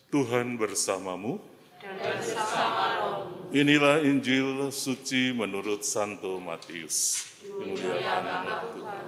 Tuhan bersamamu. Dan bersama rohmu. Inilah Injil suci menurut Santo Matius. Dimuliakan Tuhan.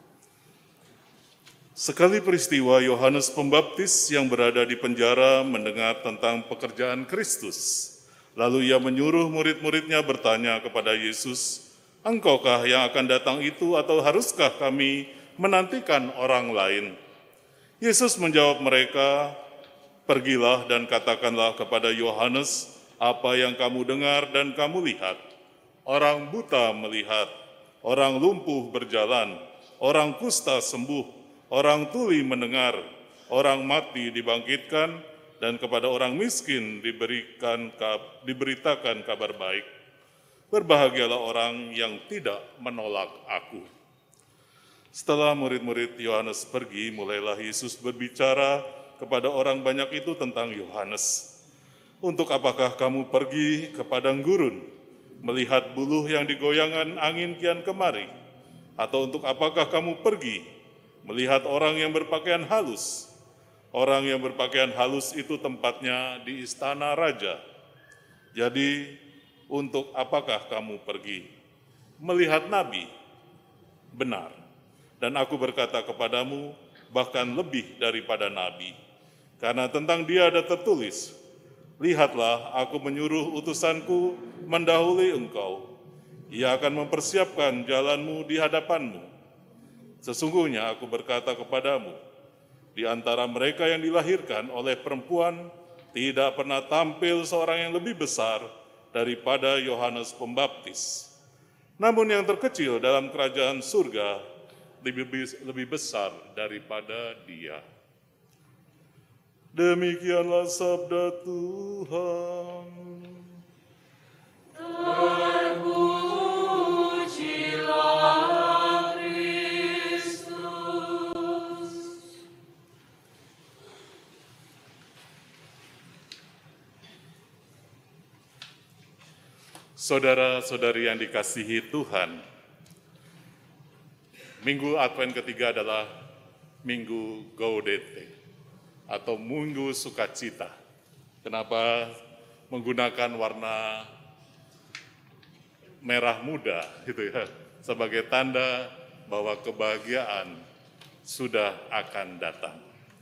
Sekali peristiwa Yohanes Pembaptis yang berada di penjara mendengar tentang pekerjaan Kristus. Lalu ia menyuruh murid-muridnya bertanya kepada Yesus, "Engkaukah yang akan datang itu atau haruskah kami menantikan orang lain?" Yesus menjawab mereka, "Pergilah dan katakanlah kepada Yohanes apa yang kamu dengar dan kamu lihat. Orang buta melihat, orang lumpuh berjalan, orang kusta sembuh, orang tuli mendengar, orang mati dibangkitkan, dan kepada orang miskin diberitakan kabar baik. Berbahagialah orang yang tidak menolak aku." Setelah murid-murid Yohanes pergi, mulailah Yesus berbicara kepada orang banyak itu tentang Yohanes. "Untuk apakah kamu pergi ke padang gurun, melihat buluh yang digoyangkan angin kian kemari? Atau untuk apakah kamu pergi, melihat orang yang berpakaian halus? Orang yang berpakaian halus itu tempatnya di istana raja. Jadi, untuk apakah kamu pergi? Melihat nabi? Benar. Dan aku berkata kepadamu, bahkan lebih daripada nabi. Karena tentang dia ada tertulis, 'Lihatlah, aku menyuruh utusanku mendahului engkau. Ia akan mempersiapkan jalanmu di hadapanmu.' Sesungguhnya aku berkata kepadamu, di antara mereka yang dilahirkan oleh perempuan, tidak pernah tampil seorang yang lebih besar daripada Yohanes Pembaptis. Namun yang terkecil dalam kerajaan surga lebih besar daripada dia." Demikianlah sabda Tuhan. Terpujilah Kristus. Saudara-saudari yang dikasihi Tuhan, Minggu Advent ketiga adalah Minggu Gaudete atau Minggu Sukacita. Kenapa menggunakan warna merah muda gitu ya, sebagai tanda bahwa kebahagiaan sudah akan datang.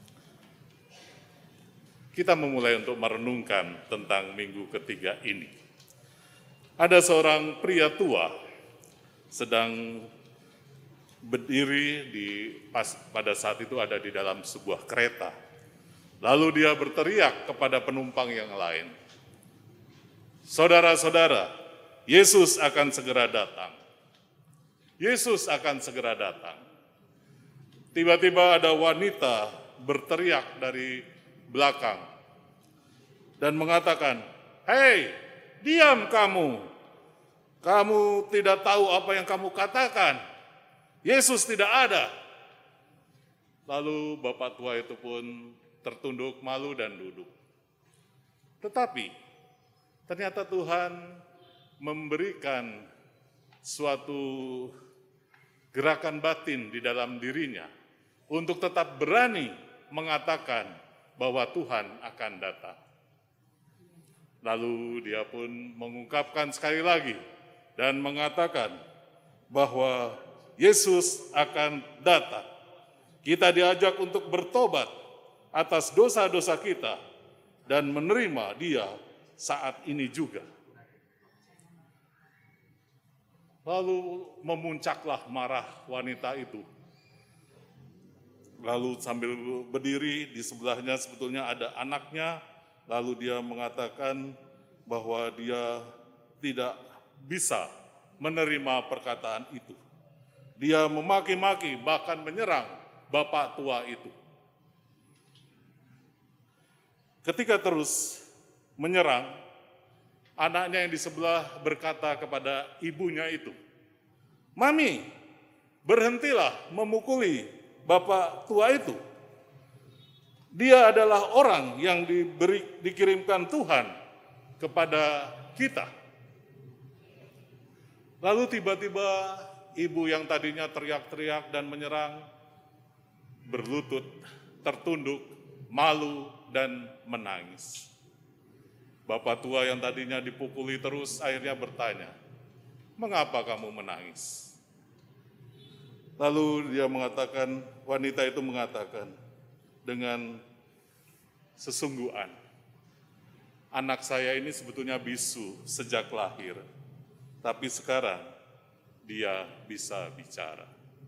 Kita memulai untuk merenungkan tentang Minggu ketiga ini. Ada seorang pria tua sedang berdiri pada saat itu ada di dalam sebuah kereta. Lalu dia berteriak kepada penumpang yang lain, "Saudara-saudara, Yesus akan segera datang. Yesus akan segera datang." Tiba-tiba ada wanita berteriak dari belakang dan mengatakan, "Hei, diam kamu. Kamu tidak tahu apa yang kamu katakan. Yesus tidak ada." Lalu bapak tua itu pun tertunduk malu dan duduk. Tetapi ternyata Tuhan memberikan suatu gerakan batin di dalam dirinya untuk tetap berani mengatakan bahwa Tuhan akan datang. Lalu dia pun mengungkapkan sekali lagi dan mengatakan bahwa Yesus akan datang. Kita diajak untuk bertobat atas dosa-dosa kita dan menerima Dia saat ini juga. Lalu memuncaklah marah wanita itu. Lalu sambil berdiri di sebelahnya sebetulnya ada anaknya, lalu dia mengatakan bahwa dia tidak bisa menerima perkataan itu. Dia memaki-maki bahkan menyerang bapak tua itu. Ketika terus menyerang, anaknya yang di sebelah berkata kepada ibunya itu, "Mami, berhentilah memukuli bapak tua itu. Dia adalah orang yang dikirimkan Tuhan kepada kita." Lalu tiba-tiba ibu yang tadinya teriak-teriak dan menyerang, berlutut, tertunduk, malu, dan menangis. Bapak tua yang tadinya dipukuli terus akhirnya bertanya, "Mengapa kamu menangis?" Lalu wanita itu mengatakan dengan sesungguhan, "Anak saya ini sebetulnya bisu sejak lahir, tapi sekarang dia bisa bicara."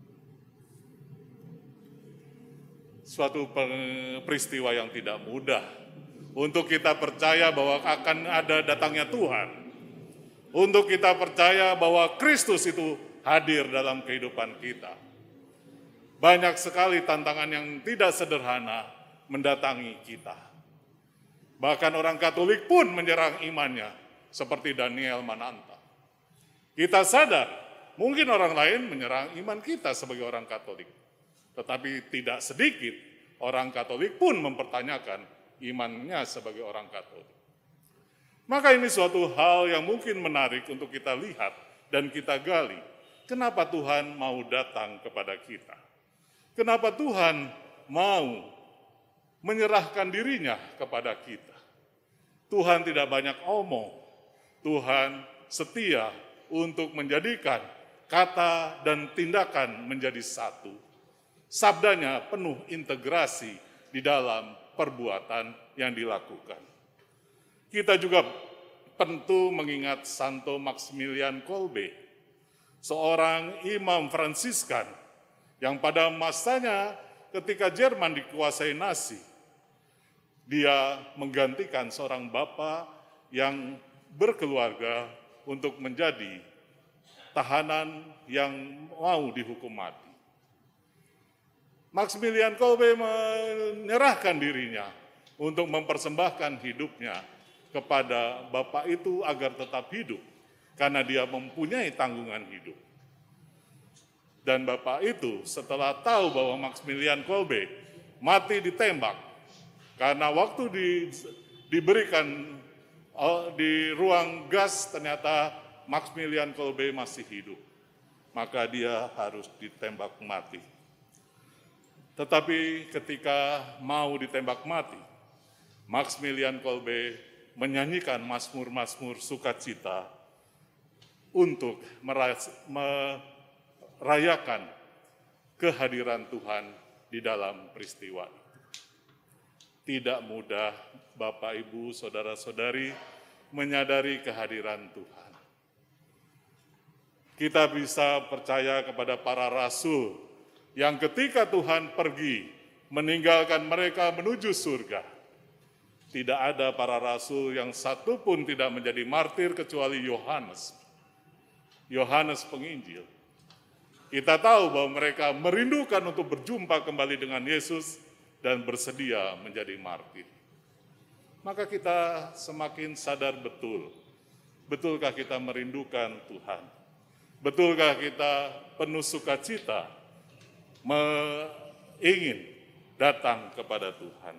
Suatu peristiwa yang tidak mudah untuk kita percaya bahwa akan ada datangnya Tuhan, untuk kita percaya bahwa Kristus itu hadir dalam kehidupan kita. Banyak sekali tantangan yang tidak sederhana mendatangi kita. Bahkan orang Katolik pun menyerang imannya, seperti Daniel Mananta. Kita sadar, mungkin orang lain menyerang iman kita sebagai orang Katolik. Tetapi tidak sedikit orang Katolik pun mempertanyakan imannya sebagai orang Katolik. Maka ini suatu hal yang mungkin menarik untuk kita lihat dan kita gali. Kenapa Tuhan mau datang kepada kita? Kenapa Tuhan mau menyerahkan dirinya kepada kita? Tuhan tidak banyak omong. Tuhan setia untuk menjadikan kata dan tindakan menjadi satu. Sabdanya penuh integrasi di dalam perbuatan yang dilakukan. Kita juga tentu mengingat Santo Maximilian Kolbe, seorang imam Fransiskan yang pada masanya ketika Jerman dikuasai Nazi, dia menggantikan seorang bapak yang berkeluarga untuk menjadi tahanan yang mau dihukum mati. Maximilian Kolbe menyerahkan dirinya untuk mempersembahkan hidupnya kepada bapak itu agar tetap hidup, karena dia mempunyai tanggungan hidup. Dan bapak itu setelah tahu bahwa Maximilian Kolbe mati ditembak, karena waktu diberikan di ruang gas ternyata Maximilian Kolbe masih hidup, maka dia harus ditembak mati. Tetapi ketika mau ditembak mati, Maximilian Kolbe menyanyikan mazmur-mazmur sukacita untuk merayakan kehadiran Tuhan di dalam peristiwa itu. Tidak mudah Bapak, Ibu, Saudara-saudari menyadari kehadiran Tuhan. Kita bisa percaya kepada para rasul yang ketika Tuhan pergi meninggalkan mereka menuju surga. Tidak ada para rasul yang satu pun tidak menjadi martir kecuali Yohanes. Yohanes Penginjil. Kita tahu bahwa mereka merindukan untuk berjumpa kembali dengan Yesus dan bersedia menjadi martir. Maka kita semakin sadar betul. Betulkah kita merindukan Tuhan? Betulkah kita penuh sukacita ingin datang kepada Tuhan?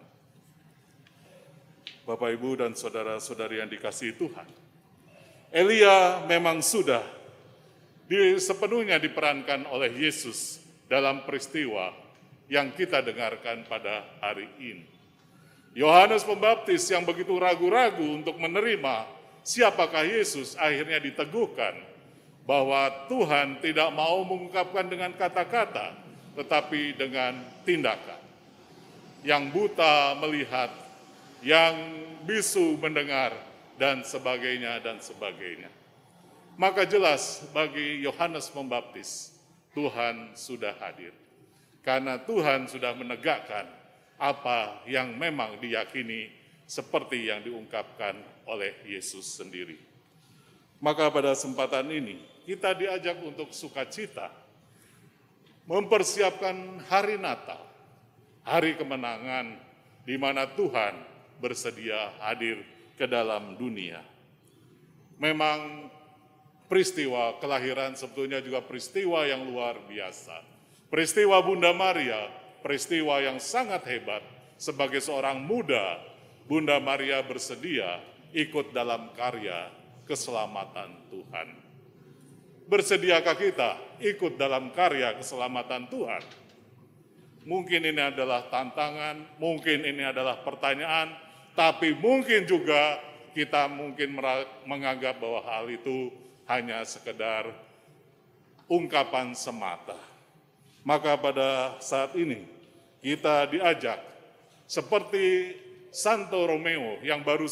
Bapak, Ibu, dan saudara-saudari yang dikasihi Tuhan, Elia memang sudah sepenuhnya diperankan oleh Yesus dalam peristiwa yang kita dengarkan pada hari ini. Yohanes Pembaptis yang begitu ragu-ragu untuk menerima siapakah Yesus, akhirnya diteguhkan bahwa Tuhan tidak mau mengungkapkan dengan kata-kata, tetapi dengan tindakan. Yang buta melihat, yang bisu mendengar, dan sebagainya, dan sebagainya. Maka jelas bagi Yohanes Pembaptis, Tuhan sudah hadir. Karena Tuhan sudah menegakkan apa yang memang diyakini seperti yang diungkapkan oleh Yesus sendiri. Maka pada kesempatan ini, kita diajak untuk sukacita, mempersiapkan hari Natal, hari kemenangan di mana Tuhan bersedia hadir ke dalam dunia. Memang peristiwa kelahiran sebetulnya juga peristiwa yang luar biasa. Peristiwa Bunda Maria, peristiwa yang sangat hebat. Sebagai seorang muda, Bunda Maria bersedia ikut dalam karya keselamatan Tuhan. Bersediakah kita ikut dalam karya keselamatan Tuhan? Mungkin ini adalah tantangan, mungkin ini adalah pertanyaan, tapi mungkin juga kita mungkin menganggap bahwa hal itu hanya sekedar ungkapan semata. Maka pada saat ini kita diajak seperti Santo Romero yang baru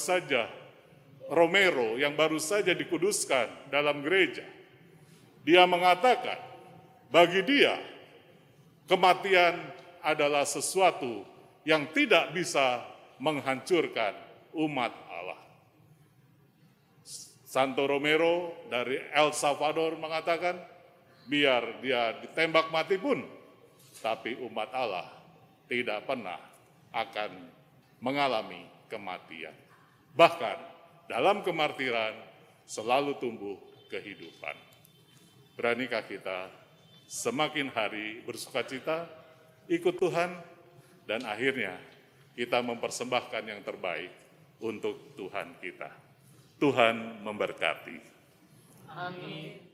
saja dikuduskan dalam gereja. Dia mengatakan, bagi dia kematian adalah sesuatu yang tidak bisa menghancurkan umat Allah. Santo Romero dari El Salvador mengatakan, biar dia ditembak mati pun, tapi umat Allah tidak pernah akan mengalami kematian. Bahkan dalam kemartiran selalu tumbuh kehidupan. Beranikah kita semakin hari bersukacita, ikut Tuhan, dan akhirnya kita mempersembahkan yang terbaik untuk Tuhan kita. Tuhan memberkati. Amin.